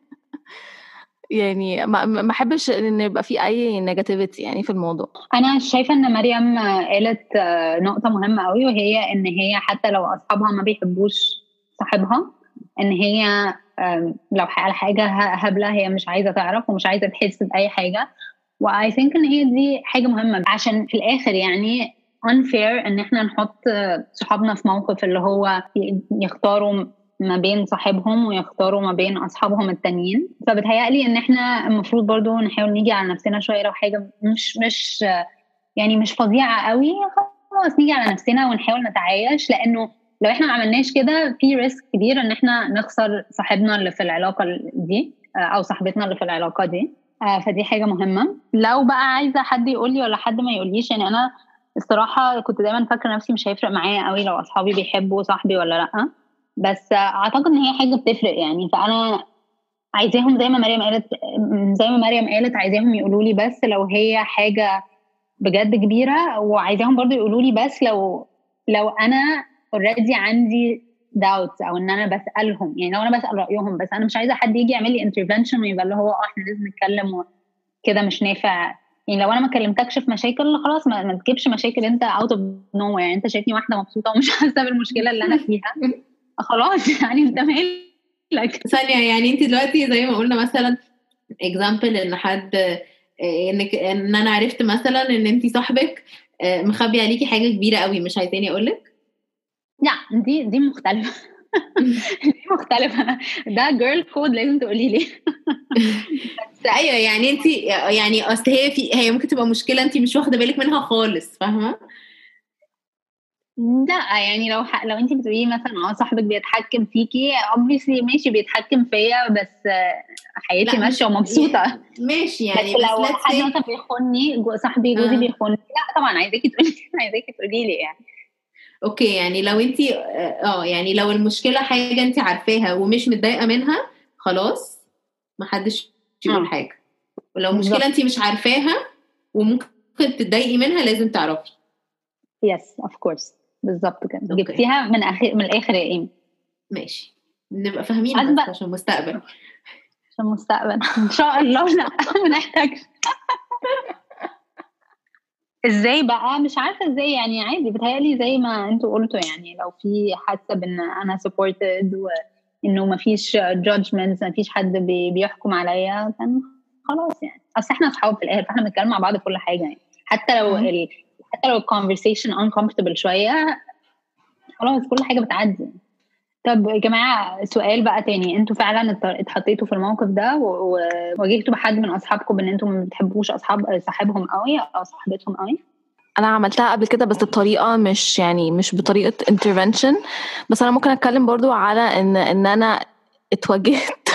يعني ما ما احبش ان يبقى في اي نيجاتيفيتي يعني في الموضوع. انا شايفه ان مريم قالت نقطه مهمه قوي وهي ان هي حتى لو اصحابها ما بيحبوش صاحبها ان هي لو على حاجه هبله هي مش عايزه تعرف ومش عايزه تحس باي حاجه. واي ثينك ان هي دي حاجه مهمه عشان في الاخر يعني unfair ان احنا نحط صحابنا في موقف اللي هو يختاروا ما بين صاحبهم ويختاروا ما بين أصحابهم التانيين. فبتهيألي إن إحنا المفروض برضو نحاول نيجي على نفسنا شوية لو حاجة مش مش يعني مش فظيعة قوي خلاص نيجي على نفسنا ونحاول نتعايش لأنه لو احنا ما عملناش كده في ريسك كبير ان احنا نخسر صاحبنا اللي في العلاقه دي او صاحبتنا اللي في العلاقه دي. فدي حاجه مهمه. لو بقى عايزه حد يقول لي ولا حد ما يقوليش، يعني انا الصراحه كنت دايما فاكره نفسي مش هيفرق معايا قوي لو اصحابي بيحبوا صاحبي ولا لا، بس اعتقد ان هي حاجه بتفرق يعني. فانا عايزاهم زي ما مريم قالت زي ما مريم قالت عايزاهم يقولوا لي بس لو هي حاجه بجد كبيره، وعايزاهم برضو يقولوا لي بس لو لو انا اوريدي عندي داوتس او ان انا بسالهم، يعني لو انا بسال رايهم بس انا مش عايزه حد يجي يعمل لي انترفنشن ويبقى اللي هو اه احنا لازم نتكلم كده مش نافع. يعني لو انا ما كلمتكش في مشاكل خلاص ما, ما تجيبش مشاكل انت اوت اوف نو، يعني انت شايفني واحده مبسوطه ومش حاسه بالمشكله اللي انا فيها خلاص يعني انت مالك. ثانيه يعني انت دلوقتي زي ما قلنا مثلا اكزامبل ان حد انك ان انا عرفت مثلا ان انت صاحبك مخبي عليكي حاجه كبيره قوي، مش عايزاني اقول لك؟ لا دي دي مختلفه دي مختلفه، ده جيرل كود لازم تقولي لي. ايوه يعني انت يعني اصل هي في هي ممكن تبقى مشكله انت مش واخده بالك منها خالص، فاهمه؟ لا يعني لو ح... لو انت بتقولي مثلا اه صاحبك بيتحكم فيكي obviously ماشي بيتحكم فيا بس حياتي ماشيه ومبسوطه ماشي يعني. بس, بس لو حد مثلا بيخوني جو صاحبي جوزي آه. بيخوني لا طبعا عايزاكي تقولي عايزاكي تقولي لي يعني. اوكي يعني لو انت اه يعني لو المشكله حاجه انت عارفاها ومش متضايقه منها خلاص محدش يقول آه. حاجه. ولو بالزبط. مشكله انت مش عارفاها وممكن تتضايقي منها لازم تعرفي. يس اوف كورس بالظبط كده جبتيها من اخر من الاخر يا ايمي. ماشي نبقى فاهمين بس عشان المستقبل عشان المستقبل ان شاء الله. لا ما نحتاجش. ازاي بقى مش عارفه ازاي يعني عادي بتهيألي زي ما انتوا قلتوا يعني لو في حاسه بان انا سبورتد وانه مفيش جادجمنتس مفيش حد بي بيحكم عليا كان خلاص يعني. اصل احنا اصحاب في الاخر فاحنا بنتكلم مع بعض في كل حاجه يعني حتى لو ال... حتى لو الكونفرسيشن uncomfortable شويه خلاص كل حاجه بتعدي. طب يا جماعه سؤال بقى تاني، انتوا فعلا اتحطيتوا في الموقف ده وواجهتوا بحد من اصحابكم ان انتوا ما بتحبوش اصحاب صاحبهم قوي او صاحبتهم قوي؟ انا عملتها قبل كده بس بطريقه مش يعني مش بطريقه intervention، بس انا ممكن اتكلم برضو على ان ان انا اتواجهت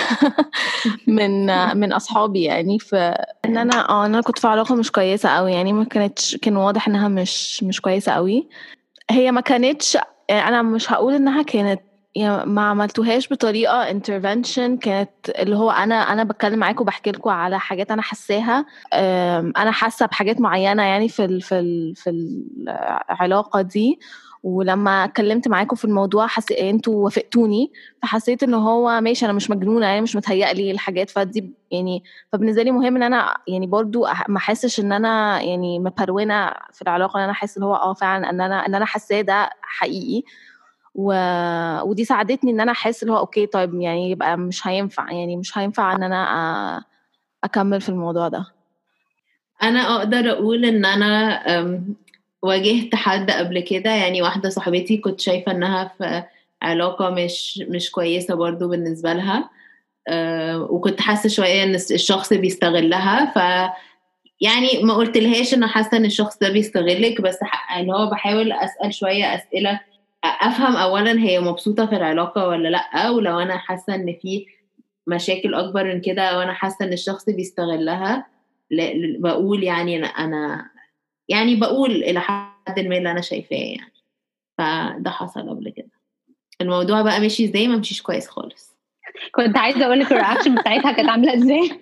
من من اصحابي يعني في ان انا اه انا كنت في علاقه مش كويسه قوي يعني ما كانتش كان واضح انها مش مش كويسه قوي. هي ما كانتش انا مش هقول انها كانت يعني ما عملتوهاش بطريقه intervention، كانت اللي هو انا انا بتكلم معاكم وبحكي لكم على حاجات انا حساها، انا حاسه بحاجات معينه يعني في ال في ال في العلاقه دي، ولما اتكلمت معاكم في الموضوع حسيت انتوا وافقتوني فحسيت ان هو ماشي انا مش مجنونه يعني مش متهيألي الحاجات فدي يعني. فبالنسبه لي مهم ان انا يعني برضو ما احسش ان انا يعني مبرونه في العلاقه، ان انا احس ان هو اه فعلا ان انا ان انا حاساه ده حقيقي و... ودي ساعدتني ان انا احس اللي هو اوكي طيب يعني يبقى مش هينفع يعني مش هينفع ان انا أ... اكمل في الموضوع ده. انا اقدر اقول ان انا واجهت حد قبل كده يعني واحده صاحبتي كنت شايفه انها في علاقه مش مش كويسه برضو بالنسبه لها، أه وكنت حاسه شويه ان الشخص بيستغلها، ف يعني ما قلت لهاش ان حاسه ان الشخص ده بيستغلك، بس اللي هو بحاول اسال شويه اسئله افهم اولا هي مبسوطه في العلاقه ولا لا، ولو انا حاسه ان في مشاكل اكبر من كده وانا حاسه ان الشخص بيستغلها بقول يعني انا انا يعني بقول الى حد ما اللي انا شايفاه يعني. فده حصل قبل كده. الموضوع بقى ماشي ازاي؟ ما مشيش كويس خالص. كنت عايزه اقول لك الرياكشن بتاعتها كانت عامله ازاي.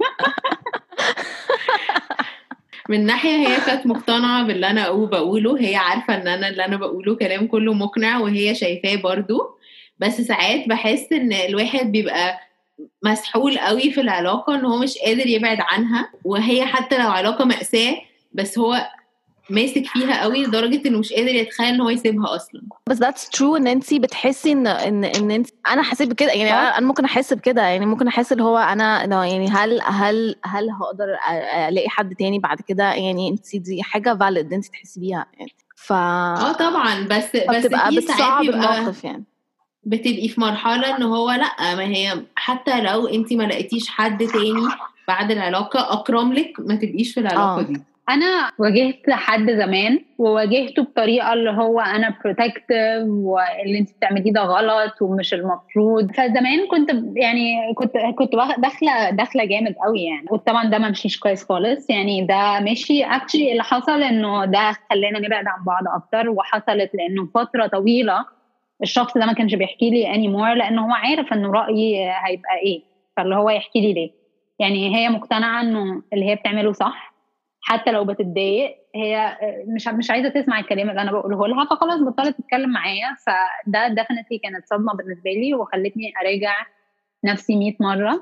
من ناحيه هي كانت مقتنعه باللي انا بقوله، هي عارفه ان انا اللي انا بقوله كلام كله مقنع وهي شايفاه برضو، بس ساعات بحس ان الواحد بيبقى مسحول قوي في العلاقه ان هو مش قادر يبعد عنها، وهي حتى لو علاقه مأساة بس هو ماسك فيها قوي لدرجه انه مش قادر يتخيل ان هو يسيبها اصلا. بس that's true ان انتي بتحسي ان ان ان انت انا حسيت بكده يعني انا ممكن احس بكده يعني ممكن احس اللي هو انا يعني هل هل هل هقدر الاقي حد تاني بعد كده يعني انت دي حاجه valid انت تحسي بيها يعني. ف اه طبعا بس بس في ساعات بيبقى يعني بتبقي في مرحله ان هو لا ما هي حتى لو انت ما لقيتيش حد تاني بعد العلاقه اكرم لك ما تبقيش في العلاقه آه. دي. انا واجهت حد زمان وواجهته بطريقه اللي هو انا بروتكتيف واللي انت بتعمليه ده غلط ومش المفروض. فزمان كنت يعني كنت كنت داخله داخله جامد قوي يعني، وطبعا ده ما مشيش كويس خالص يعني. ده مشي اكشلي اللي حصل انه ده خلينا نبعد عن بعض اكتر، وحصلت لانه فتره طويله الشخص ده ما كانش بيحكي لي anymore لانه هو عارف انه رايي هيبقى ايه، فاللي هو يحكي لي ليه؟ يعني هي مقتنعه انه اللي هي بتعمله صح حتى لو بتتضايق، هي مش مش عايزه تسمع الكلام اللي انا بقوله لها، فخلاص بطلت تتكلم معايا. فده ديفنتلي كانت صدمه بالنسبه لي وخلتني اراجع نفسي مية مره.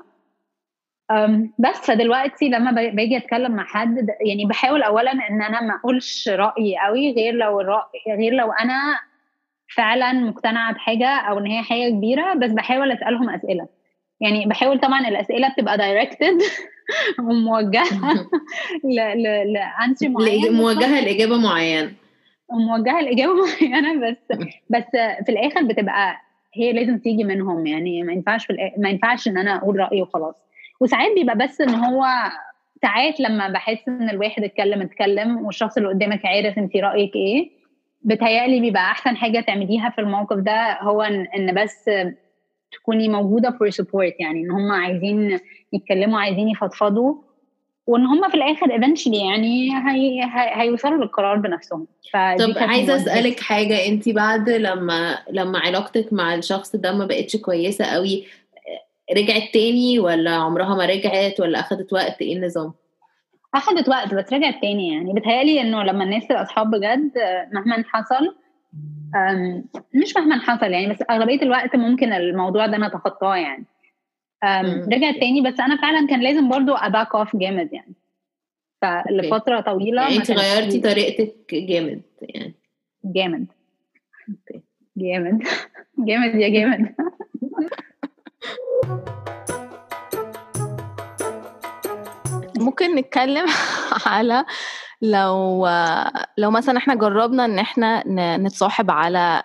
بس فدلوقتي لما باجي اتكلم مع حد يعني بحاول اولا ان انا ما اقولش رايي قوي غير لو الرأي غير لو انا فعلا مقتنعه بحاجه او ان هي حاجه كبيره، بس بحاول اسالهم اسئله. يعني بحاول طبعا الاسئله بتبقى دايركتد وموجهه لانسي معين، موجهه لاجابه معينه وموجهه لاجابه معينه، بس بس في الاخر بتبقى هي لازم تيجي منهم. يعني ما ينفعش في الآخر ما ينفعش ان انا اقول رايي وخلاص. وساعات بيبقى بس ان هو ساعات لما بحس ان الواحد اتكلم اتكلم والشخص اللي قدامك عارف انت رايك ايه، بتهيألي بيبقى احسن حاجه تعمليها في الموقف ده هو ان بس تكوني موجوده for support. يعني ان هم عايزين يتكلموا، عايزين يفضفضوا، وان هم في الاخر eventually يعني هي هي هيوصلوا للقرار بنفسهم. طب عايزه اسالك حاجه، انت بعد لما لما علاقتك مع الشخص ده ما بقتش كويسه قوي، رجعت تاني ولا عمرها ما رجعت ولا اخدت وقت؟ ايه النظام؟ اخدت وقت بس رجعت تاني. يعني بتهيألي انه لما الناس تبقى اصحاب بجد مهما حصل، مش مهما حصل يعني، بس اغلبيه الوقت ممكن الموضوع ده نتخطاه يعني. رجعت تاني، بس انا فعلا كان لازم برضو اباك اوف جامد يعني، فلفتره طويله يعني انت غيرتي طريقتك جامد يعني. جامد جامد جامد يا جامد. ممكن نتكلم على لو لو مثلا احنا جربنا ان احنا نتصاحب على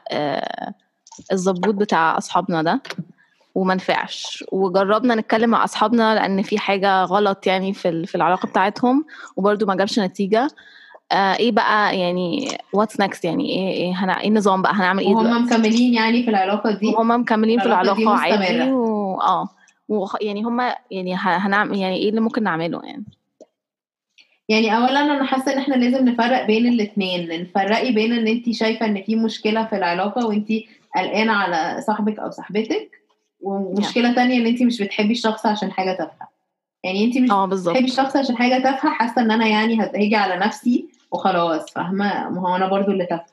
الضبوط بتاع اصحابنا ده وما نفعش، وجربنا نتكلم مع اصحابنا لان في حاجه غلط يعني في في العلاقه بتاعتهم وبرده ما جابش نتيجه. آه ايه بقى يعني what's next؟ يعني ايه ايه, هنع... إيه النظام بقى؟ هنعمل ايه دلوقتي؟ وهم مكملين يعني في العلاقه دي، وهم مكملين في العلاقه عادي و... اه وخ... يعني هم يعني هنعمل يعني ايه اللي ممكن نعمله يعني؟ يعني اولا انا حاسه ان احنا لازم نفرق بين الاثنين. نفرقي بين ان انت شايفه ان في مشكله في العلاقه وانت قلقانه على صاحبك او صاحبتك، ومشكله yeah. تانية ان انت مش بتحبي الشخص عشان حاجه تافهه. يعني انت مش اه بتحبي الشخص عشان حاجه تافهه، حاسه ان انا يعني هاجي على نفسي وخلاص، فاهمه؟ ما هو انا برضو اللي تافهه.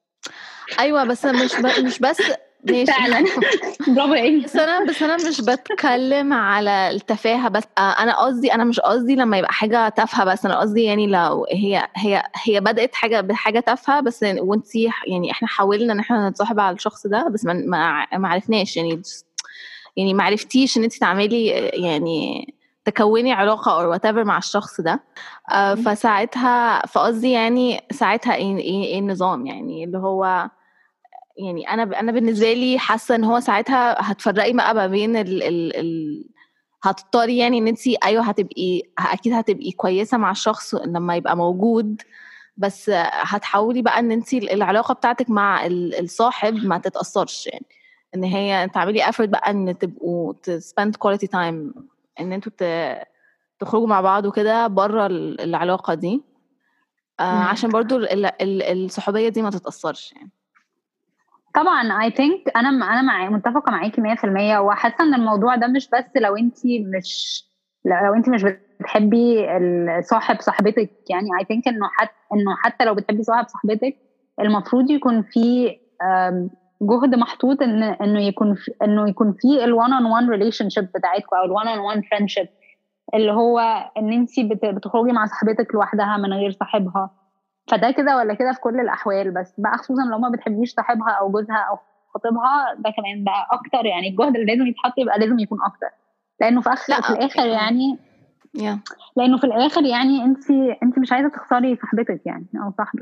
ايوه بس مش ب... مش بس فعلا برافو. بس انا بس انا مش بتكلم على التفاهه بس. انا قصدي انا مش قصدي لما يبقى حاجه تافهه بس، انا قصدي يعني لو هي هي هي بدات حاجه بحاجه تافهه بس وانتي يعني احنا حاولنا ان احنا نتصاحب على الشخص ده بس ما ما عرفناش يعني يعني ما عرفتيش ان انتي تعملي يعني تكوني علاقه او whatever مع الشخص ده. آه فساعتها فقصدي يعني ساعتها ايه ايه, إيه النظام يعني اللي هو يعني انا انا بالنسبه لي حاسه ان هو ساعتها هتفرقي بقى ما بين ال ال ال هتضطري يعني ان انت ايوه هتبقي اكيد هتبقي كويسه مع الشخص لما يبقى موجود، بس هتحاولي بقى ان انت العلاقه بتاعتك مع الصاحب ما تتاثرش، يعني ان هي تعملي effort بقى ان تبقوا spend quality time ان انتوا تخرجوا مع بعض وكده بره العلاقه دي آه عشان برضو الصحوبيه دي ما تتاثرش يعني. طبعا I think انا انا مع متفقه معاكي مية في المية، وحاسه ان الموضوع ده مش بس لو انت مش لو انت مش بتحبي صاحب صاحبتك يعني. I think انه حتى انه حتى لو بتحبي صاحب صاحبتك المفروض يكون في جهد محطوط ان انه يكون في انه يكون في ال one on one relationship بتاعتكم او ال one on one friendship، اللي هو ان انت بتخرجي مع صاحبتك لوحدها من غير صاحبها. فده كده ولا كده في كل الأحوال، بس بقى خصوصا لو ما بتحبيش صاحبها أو جوزها أو خطيبها ده كمان بقى أكتر. يعني الجهد اللي لازم يتحط يبقى لازم يكون أكتر، لأنه في, أخ... في الآخر يعني yeah. لأنه في الآخر يعني أنت أنت مش عايزة تخسري صاحبتك يعني أو صاحبك.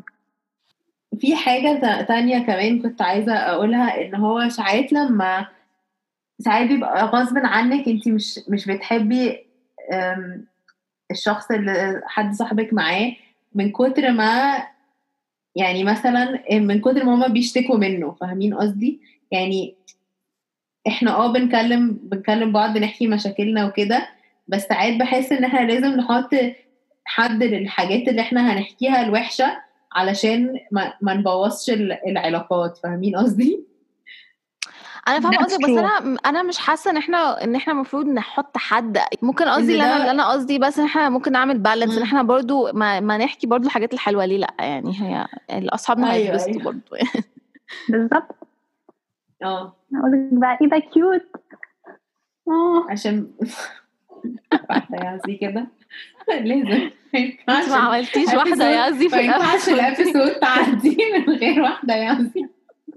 في حاجة تانية كمان كنت عايزة أقولها، إن هو ساعات لما ساعات بيبقى غصب عنك أنت مش مش بتحبي الشخص اللي حد صاحبك معاه، من كتر ما يعني مثلا من كتر ما هما بيشتكوا منه، فاهمين قصدي؟ يعني احنا اه بنكلم بنكلم بعض نحكي مشاكلنا وكده، بس ساعات بحس ان احنا لازم نحط حد للحاجات اللي احنا هنحكيها الوحشة علشان ما, ما نبوظش العلاقات، فاهمين قصدي؟ انا فاهمه That's قصدي، بس true. انا انا مش حاسه ان احنا ان احنا المفروض نحط حد. ممكن قصدي إن اللي انا ده- اللي انا قصدي بس ان احنا ممكن نعمل بالانس، ان مم. احنا برضو ما, ما نحكي برضو الحاجات الحلوه ليه لا، يعني هي اصحابنا أيوة، هيتبسطوا أيوة. برضو. بالظبط. اه اقول لك بقى ايه ده كيوت. اه عشان واحدة يعزي كده لازم ما انت ينفعش ما عملتيش واحده الأبيسود- يا زي في ما ينفعش الابيسود الابيسود تعدي من غير واحدة يعزي.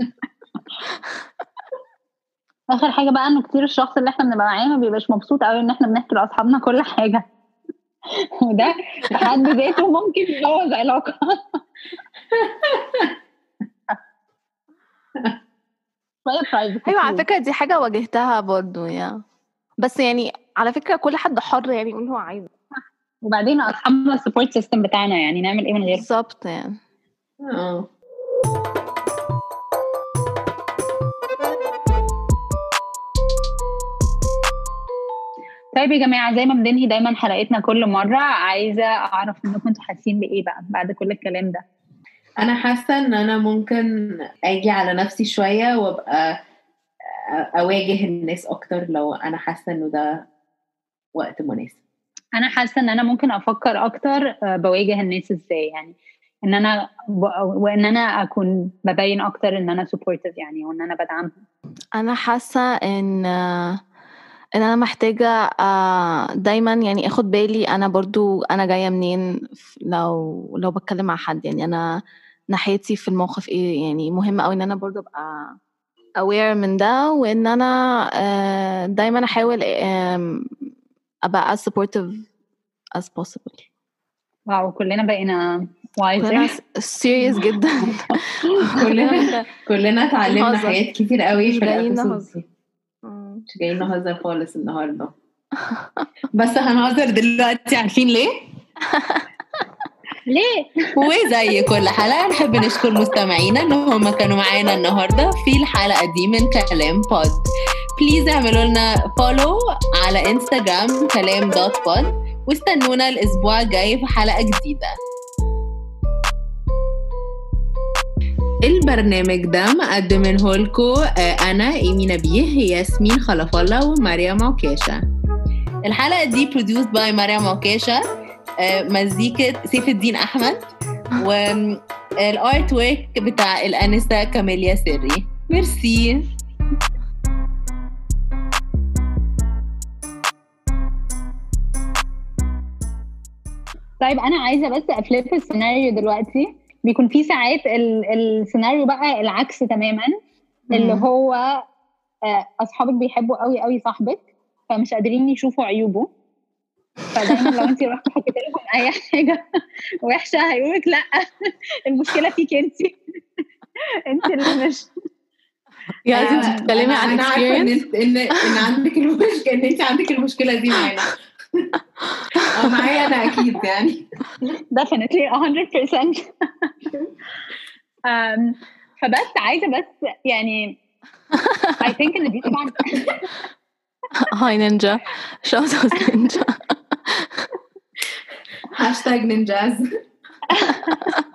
اخر حاجه بقى انه كتير الشخص اللي احنا بنبقى معاه ما بيبقاش مبسوط قوي ان احنا بنحكي لاصحابنا كل حاجه وده في حد ذاته ممكن يبوظ علاقه. شويه برايفسي. ايوه على فكره دي حاجه واجهتها برضو يا، بس يعني على فكره كل حد حر يعني يقول هو عايز. وبعدين اصحابنا السبورت سيستم بتاعنا، يعني نعمل ايه من غيره؟ بالظبط يعني. اه طيب يا جماعه، زي ما بننهي دايما حلقتنا كل مره، عايزه اعرف انكم انتوا حاسين بايه بقى بعد كل الكلام ده. انا حاسه ان انا ممكن اجي على نفسي شويه وابقى اواجه الناس اكتر لو انا حاسه انه ده وقت مناسب. انا حاسه ان انا ممكن افكر اكتر بواجه الناس ازاي، يعني ان انا ب... وان انا اكون ببين اكتر ان انا سبورتيف يعني، وان انا بدعمهم. انا حاسه ان ان انا محتاجه دايما يعني اخد بالي انا برضو انا جايه منين لو لو بتكلم مع حد، يعني انا ناحيتي في الموقف ايه. يعني مهم قوي ان انا برضو ابقى aware من ده، وان انا دايما احاول ابقى as supportive as possible. واو كلنا بقينا وايز. كلنا serious جدا. كلنا كلنا اتعلمنا بنهزر. حاجات كتير قوي مش في جايين الابيسود نهزر. دي. مش جايين نهزر خالص النهارده. بس هنهزر دلوقتي، عارفين ليه؟ ليه؟ وزي كل حلقة نحب نشكر مستمعينا ان هم كانوا معانا النهاردة في الحلقة دي من كلام بود. بليز اعملوا لنا فولو على انستغرام كلام دوت بود، واستنونا الاسبوع الجاي في حلقة جديدة. البرنامج ده مقدمينه لكم انا ايمي نبيه، ياسمين خلف الله، ومريم عكاشة. الحلقة دي produced by مريم عكاشة، مزيكة سيف الدين أحمد، والارت ورك بتاع الأنسة كاميليا سري. ميرسي. طيب أنا عايزة بس أفلip السيناريو دلوقتي. بيكون في ساعات السيناريو بقى العكس تماما، اللي هو أصحابك بيحبوا قوي قوي صاحبك فمش قادرين يشوفوا عيوبه، فدايما لو انت رحتي حكيت لهم اي حاجه وحشه هيقولك لا المشكله فيك انت انت اللي مش يا انت بتتكلمي عن انا عارفه ان experience ان ان عندك المشكله، ان انت عندك المشكله دي معانا او معايا انا اكيد يعني definitely one hundred percent. um, فبس عايزه بس يعني I think ان دي طبعا هاي نينجا شوت اوت نينجا هاشتاج نينجاز.